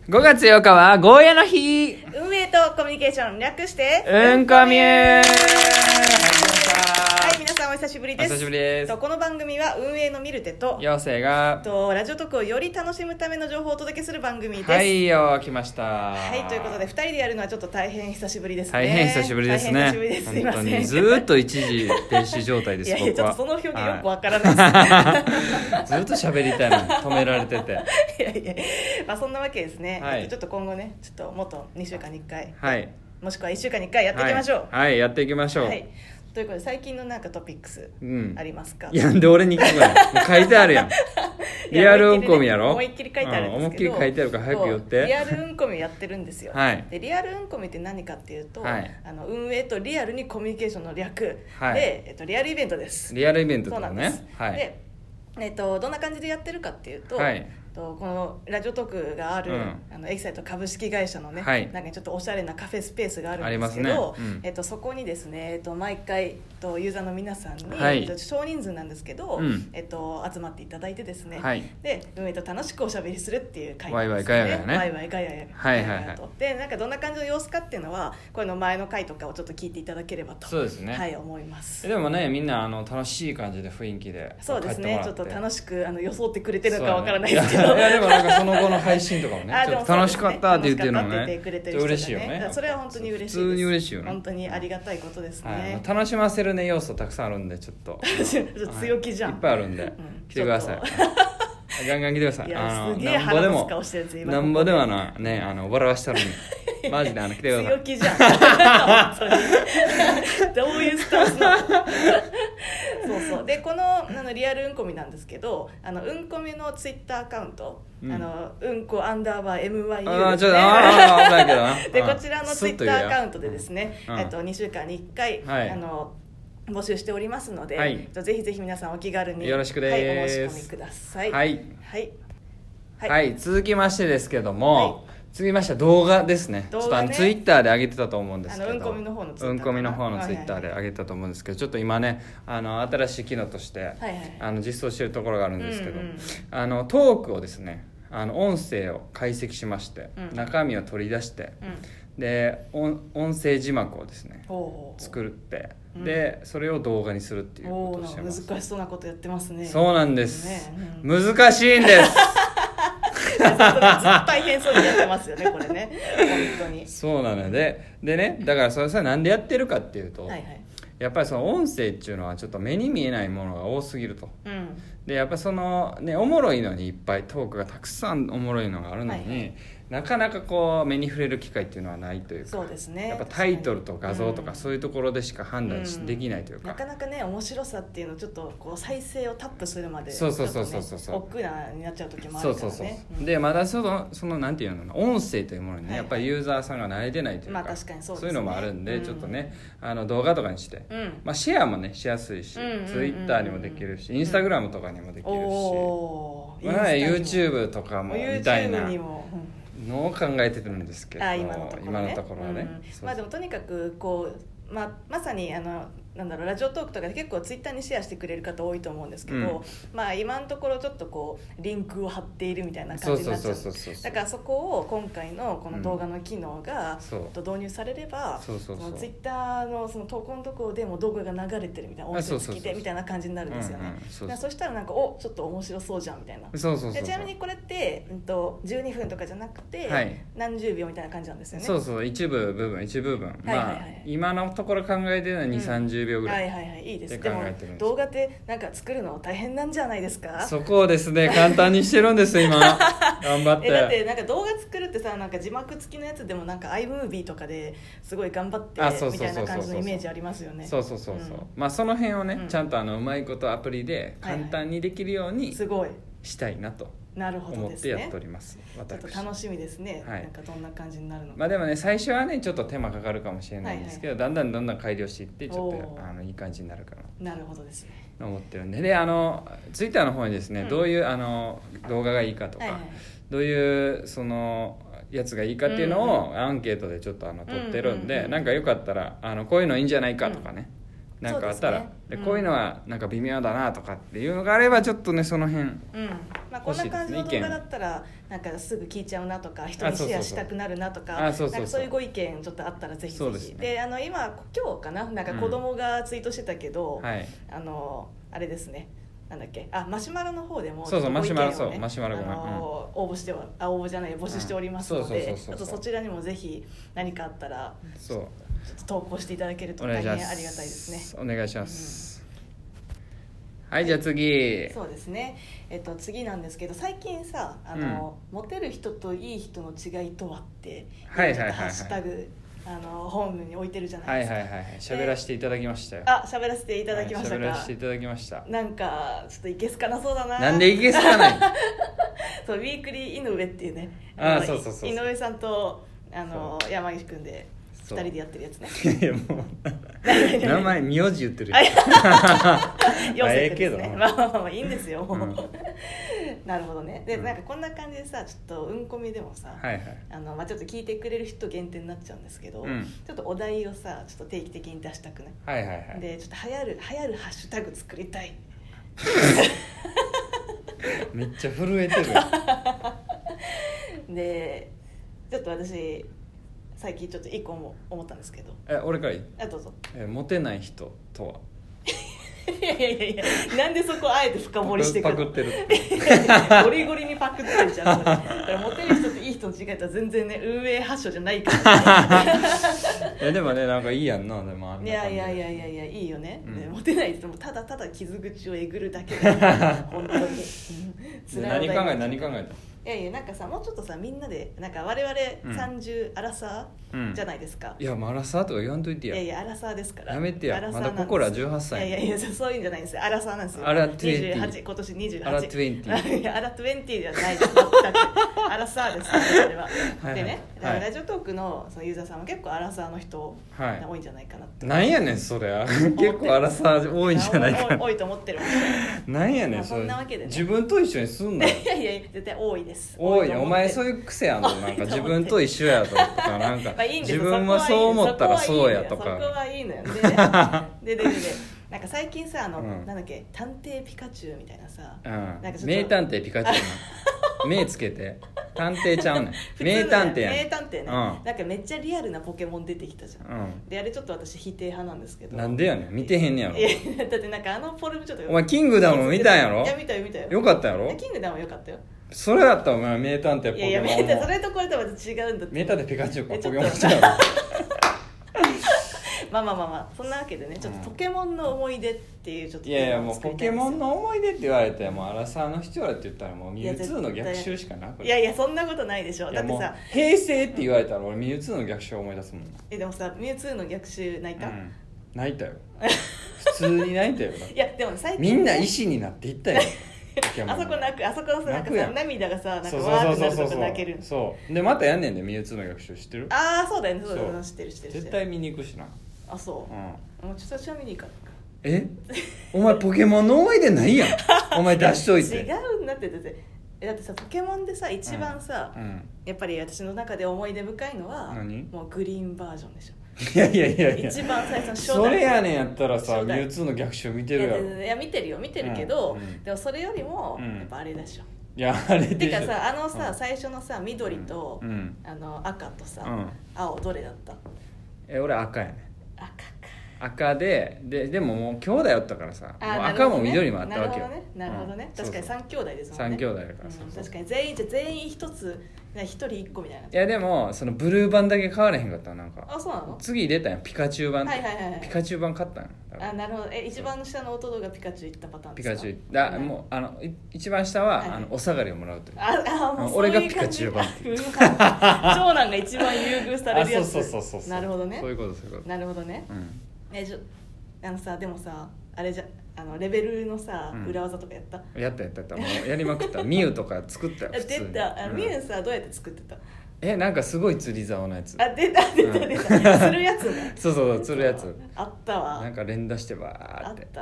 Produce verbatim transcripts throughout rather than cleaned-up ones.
ごがつようかはゴーヤの日。 運営とコミュニケーション略してうんこみゅー。 はい、皆さんお久しぶりです。 お久しぶりです。 とこの番組は運営のミルテと妖精がとラジオトークをより楽しむための情報をお届けする番組です。 はいよ、来ました。 はい、ということでふたりでやるのはちょっと大変久しぶりですね。 大変久しぶりですね。 大変久しぶりです。すいません。 本当にずーっと一時停止状態です。 いやいや、ちょっとその表現よくわからないです、 はい、ずっと喋りたいのに止められてていやいや、まあそんなわけですね、 はい、 ちょっと今後ね、ちょっともっとにしゅうかんにいっかい、 はい、 もしくはいっしゅうかんにいっかいやっていきましょう。 はい、はい、やっていきましょう。はい、 ということで最近のなんかトピックスありますか？ うん、いや、なんで俺に聞くのよ。書いてあるやん。リアルうんこみやろ。 思いっきり書いてあるんですけど、うん、 思いっきり書いてあるから早く言って。 リアルうんこみやってるんですよ。 はい、 でリアルうんこみって何かっていうと、 はい、 あの運営とリアルにコミュニケーションの略、はい、で、えっと、リアルイベントです。 リアルイベントだね。 そうなんです。 はい、 で、えっと、どんな感じでやってるかっていうと、はい、とこのラジオトークがある、うん、あのエキサイト株式会社のね、はい、なんかちょっとおしゃれなカフェスペースがあるんですけど、ね、うん、えっと、そこにですね、えっと、毎回とユーザーの皆さんに、はい、えっと、少人数なんですけど、うん、えっと、集まっていただいてですね、はい、で運営と楽しくおしゃべりするっていう会なんですね。ワイワイガヤガヤね。ワイワイガヤガヤ、はいはいはい、でなんかどんな感じの様子かっていうのはこれの前の回とかをちょっと聞いていただければと、そうですね、はい、思います。 でもね、みんなあの楽しい感じで雰囲気でそうですね、ちょっと楽しくあの装ってくれてるのかわからないですけど、 いやでもなんかその後の配信とかもねちょっと楽しかったって言ってるのもね、嬉しいよね。 それは本当に嬉しいです。 普通に嬉しいよね。 本当にありがたいことですね。 はい、楽しませるね要素たくさんあるんで、ちょっと強気じゃん、 はい、いっぱいあるんで、うん、来てください。ガンガン来てください。 いや、すげえ腹の顔してるやつ今なんぼでもあのね、あの笑わしたるんでマジであの来てください。 強気じゃんどういうスタンスなのそうそうで、このあのリアルうんこみなんですけど、あのうんこみのツイッターアカウント、うん、あのうんこアンダーバー エムワイユー ですね。ああ、危ないけどな。でこちらのツイッターアカウントでですね、うん、えっとにしゅうかんにいっかい、はい、あの募集しておりますので、はい、ぜひぜひ皆さんお気軽によろしくです、 はい、お申し込みください。 はいはいはいはい、続きましてですけども、はい、続きましては動画ですね。動画ね、ちょっとあのツイッターで上げてたと思うんですけど、 あのうんこみの方のツイッター、 うんこみの方のツイッターで上げてたと思うんですけど、ちょっと今ね、あの新しい機能として、はいはい、あの実装してるところがあるんですけど、うんうん、あのトークをですね、あの音声を解析しまして、うん、中身を取り出して、うん、で 音, 音声字幕をですね作って、うん、でそれを動画にするっていうことをしてます。 難しそうなことやってますね。 そうなんです、ね、うん、難しいんですずっと大変そうにやってますよねこれね、本当にそうなのででね、だからそれさ、なんでやってるかっていうと、はいはい、やっぱりその音声っていうのはちょっと目に見えないものが多すぎると、うん、でやっぱそのね、おもろいのにいっぱいトークがたくさんおもろいのがあるのに、はいはい、なかなかこう目に触れる機会っていうのはないというか、 そうですね、 やっぱタイトルと画像とかそういうところでしか判断し、 うん、 できないというか、 なかなかね面白さっていうのをちょっとこう再生をタップするまでそうそうそうそうそうそう億劫になっちゃう時もあるからね。そうそうそう、 うん、でまだそのそのなんていうの、音声というものにね、はいはい、やっぱりユーザーさんが慣れてないというか、 まあ確かにそうですね、 そういうのもあるんで、うん、ちょっとね、あの動画とかにして、うん、まあ、シェアもねしやすいし、ツイッターにもできるし、インスタグラムとかにもできるし、うん、まあ、YouTube とかもみたいなのを考えてるんですけど、 今のところね、 今のところはね、 うん、まあでもとにかくこう、まあ、まさにあのなんだろう、ラジオトークとかで結構ツイッターにシェアしてくれる方多いと思うんですけど、うん、まあ今のところちょっとこうリンクを貼っているみたいな感じになっちゃう。だからそこを今回のこの動画の機能が導入されれば、ツイッターのその投稿のところでも動画が流れてるみたいな、音声付きでみたいな感じになるんですよね。そしたらなんかおちょっと面白そうじゃんみたいな。 そうそうそうそう。 ちなみにこれって、うん、とじゅうにふんとかじゃなくて、はい、何十秒みたいな感じなんですよね。 そうそう、一部部分一部分、はいはいはい、まあ今のところ考えてるのはにじゅう、さんじゅうびょうぐらい、 はいはいはい、いいです。でも動画ってなんか作るの大変なんじゃないですか？ そこをですね、簡単にしてるんです今頑張って。 えだってなんか動画作るってさ、なんか字幕付きのやつでもなんか iMovie とかですごい頑張ってみたいな感じのイメージありますよね。 そうそうそうそう、うん、まあその辺をね、うん、ちゃんとあのうまいことアプリで簡単にできるようにしたいなと思ってやっております。 ちょっと楽しみですね、はい、なんかどんな感じになるのか。 まあでもね、最初はねちょっと手間かかるかもしれないんですけど、はいはい、だんだんだんだん改良していってちょっとあのいい感じになるかな。 なるほどですね、 思ってるんで、であのツイッターの方にですね、うん、どういうあの動画がいいかとか、はいはい、どういうそのやつがいいかっていうのをアンケートでちょっとあの取ってるんで、うんうんうんうん、なんかよかったらあのこういうのいいんじゃないかとかね、 なんかあったら、ね、でこういうのはなんか微妙だなとかっていうのがあればちょっとねその辺、うんまあ、こんな感じの動画だったらなんかすぐ聞いちゃうなとか人にシェアしたくなるなとかそういうご意見ちょっとあったらぜひぜひ で,、ね、であの今今日かななんか子供がツイートしてたけど、うんはい、あのあれですねなんだっけあマシュマロの方でもそうそうマシュマロそうマシュマロごめん、うん、 応募してはあ応募じゃない募集しておりますのでちょっとそちらにもぜひ何かあったらそうちょっと投稿していただけると大変ありがたいですね。 お願いします、うん、はいじゃあ次そうですね、えっと、次なんですけど最近さあの、うん、モテる人といい人の違いとはってはいはいはい、はい、 ハッシュタグあの本に置いてるじゃないですか。 はいはいはい喋らせていただきましたよ。 あ喋らせていただきましたか。 喋、はい、らせていただきました。 なんかちょっといけすかなそうだな。 なんでいけすかないそうウィークリー井上っていうねあそうそうそうそう井上さんとあの山岸くんでふたりでやってるやつね。 いやもう名前名字言ってるやつよせくですね。まあまあまあいいんですよ、うん、なるほどね。でなんかこんな感じでさちょっとうんこみでもさ、はいはい、あのまあ、ちょっと聞いてくれる人限定になっちゃうんですけど、うん、ちょっとお題をさちょっと定期的に出したくない、 はいはいはい、 でちょっと流行る流行るハッシュタグ作りたいめっちゃ震えてるでちょっと私最近ちょっと一個も思ったんですけどえ俺からいいあどうぞえモテない人とはいやいやいやいやなんでそこあえて深掘りしてくるのパクってるゴリゴリにパクってるじゃんこれだからモテる人といい人の違いとは全然ね運営発祥じゃないから、ね、 えでもねなんかいいやんなでもあんないやいやいやいやいやいいよね、うん、モテない人もただただ傷口をえぐるだけで本当に何考え何考えたいやいやなんかさもうちょっとさみんなでなんか我々さんじゅうアラサーじゃないですか、 うん、いやもうアラサーとか言わんといてやいやいやアラサーですからやめてやまだ心はじゅうはっさいいやいやいやそういうんじゃないんですよアラサーなんですよアラにじゅうはち今年にじゅうはちアラにじゅういやアラにじゅうじゃないですアラサーですそれははい、でね、はい、ラジオトーク の, そのユーザーさんは結構アラサーの人が多いんじゃないかなって、 はい、なんやねんそれ結構アラサー多いんじゃないかな多いと思ってるなんやねん、まあ、 そんなわけでね自分と一緒にすんないやいや絶対多いです多いねお前そういう癖あんのなんか自分と一緒やとかなんか自分はそう思ったらそうやとかそこはいいのよででででなんか最近さあの、うん、なんだっけ探偵ピカチュウみたいなさ、 うん、なんか名探偵ピカチュウ目つけて探偵ちゃうねん名探偵やね名探偵ね、うん、なんかめっちゃリアルなポケモン出てきたじゃん、うん、であれちょっと私否定派なんですけどなんでやねん見てへんねやろいやだってなんかあのフォルムちょっとお前キングダム見たんやろいや見たよ見たよよかったやろキングダムはよかったよそれだったらお前名探偵ポケモンいやいや名探偵それとこれとはまた違うんだって名探偵ピカチュウかポケモンちゃうまあまあまあまあそんなわけでねちょっとポケモンの思い出っていうちょっといやいやもうポケモンの思い出って言われてもうアラサーの人らって言ったらもうミュウツーの逆襲しかなくいやいやそんなことないでしょだってさ平成って言われたら俺ミュウツーの逆襲思い出すもんえでもさミュウツーの逆襲泣いた、うん、 泣いたよ普通に泣いたよいやでも最近みんな石になっていったよあそこ泣くあそこのさなんかさ涙がさなんかわーってなるとこ泣けるそうでまたやんねんでミュウツーの逆襲知ってるああそうだよねそうだよね知ってる知ってる絶対見に行くしなあそう、うん、もうちょっと私は見に行かないえお前ポケモンの思い出ないやんお前出しといて違うんだってだってだってさポケモンでさ一番さ、うんうん、やっぱり私の中で思い出深いのはもうグリーンバージョンでしょいやいやいやいや一番最初の初代それやねんやったらさミュウツーの逆襲見てるやろいやいや見てるよ見てるけど、うんうん、でもそれよりもやっぱあれでしょ、 いやあれでてかさあのさ、うん、最初のさ緑と、うん、あの赤とさ、うん、青どれだったえ俺赤やね赤か赤でででももう兄弟やったからさもう赤も緑もあったわけよなるほどね、うん、確かにさん兄弟ですもんねさん兄弟だから、うん、 そうそう確かに全員じゃ全員一つ一人一個みたいないやでもそのブルー版だけ買われへんかったなんかあそうなの次出たんやピカチュウ版、 はいはいはいはい、 ピカチュウ版買ったんやあなるほどえ一番下の弟がピカチュウいったパターンですかピカチュウだ、うん、もうあの一番下は、はい、あのお下がりをもらうというああもう俺がピカチュウ版長男が一番優遇されるやつそうそうそうそうなるほどねそういうことそういうことなるほどね、うん、えじゃあのさでもさあれじゃあのレベルのさ、うん、裏技とかやったやったやったやったもうやりまくったミュウとか作ったよ普通に出たあの、うん、ミュウさどうやって作ってたえなんかすごい釣り竿のやつあ出た出た出た、うん、釣るやつねそうそう釣るやつあったわなんか連打してバーってあったわ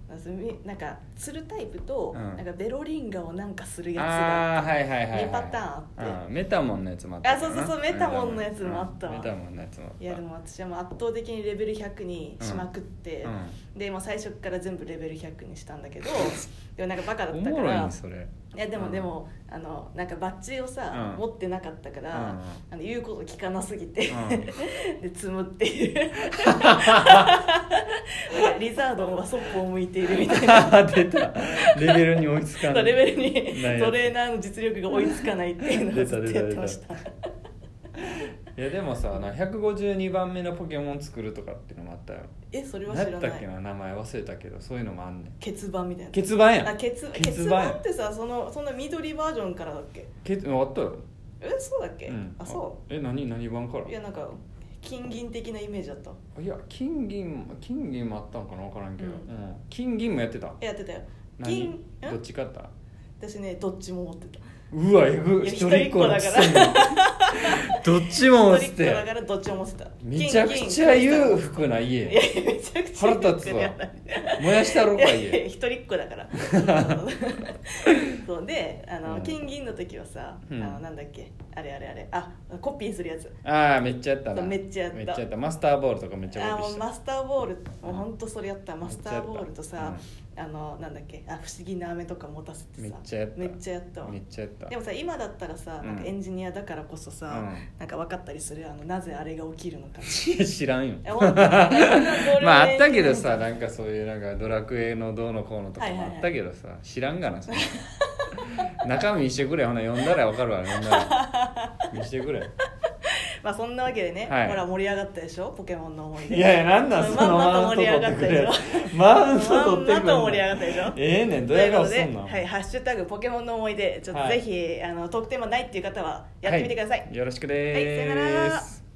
なんか釣るタイプと、うん、なんかベロリンガをなんかするやつがあって、はいはいはいはい、 にパターンあって、 メタモンのやつもあった、 あそうそうそうメタモンのやつもあったわ、 メタモンのやつもあった。 いやでも私はもう圧倒的にレベルひゃくにしまくって、うんうん、でもう最初から全部レベルひゃくにしたんだけどでもなんかバカだったから、おもろいねそれ。いやでも、うん、でもあのなんかバッジをさ、うん、持ってなかったから、うん、あの言うこと聞かなすぎて、うん、で積むっていうなんかリザードンはそっぽを向いているみたいな出たレベルに追いつかない、 レベルにトレーナーの実力が追いつかないっていうのをずっとやってましたいやでもさひゃくごじゅうにばんめのポケモン作るとかっていうのもあったよ。 えそれは知らない。 何やったっけな名前忘れたけどそういうのもあんねん。 欠番みたいな。 欠番やん。 あ欠欠番ってさそのそんな緑バージョンからだっけ。 欠あったよ。 えそうだっけ、うん、あそうえ何何番から。 いやなんか金銀的なイメージだった。 いや金銀金銀もあったんかな分からんけど、うんうん、金銀もやってた。 やってたよ。 金どっち勝った。 私ねどっちも持ってた。 うわえぐ一人っ子だからどっちも持ってた。 だからどっちも持ってた。 めちゃくちゃ裕福な家。 いやめちゃくちゃ腹立つわ。燃やしたろか家。 一人っ子だからそうであの、うん、金銀の時はさ、うん、あのなんだっけあれあれあれあコピーするやつ。 ああめっちゃやったな。 めっちゃやっためっちゃやった。マスターボールとかめっちゃコピーした。 あもうマスターボールもうほんとそれやった。マスターボールとさ、うん、あのなんだっけあ不思議な飴とか持たせてさめっちゃやっためっちゃやったわ。 めっちゃやった。 でもさ今だったらさなんかエンジニアだからこそさ、うん、なんか分かったりするあのなぜあれが起きるのか知らんよまああったけどさなんかそういうなんかドラクエのどうのこうのとかもあったけどさ、はいはいはい、知らんがなそれ中身見してくれほな読んだら分かるわ読んだら見してくれまあそんなわけでね、はい、ほら盛り上がったでしょポケモンの思い出。 いやいやなんなんそのマウント取ってくれマウント取ってくれまんまと盛り上がったでしょええねんどうや顔すんの。 はい、ハッシュタグポケモンの思い出ちょっとぜひ、はい、あのトークテーマないっていう方はやってみてください、 はい、よろしくです。 はいさよなら。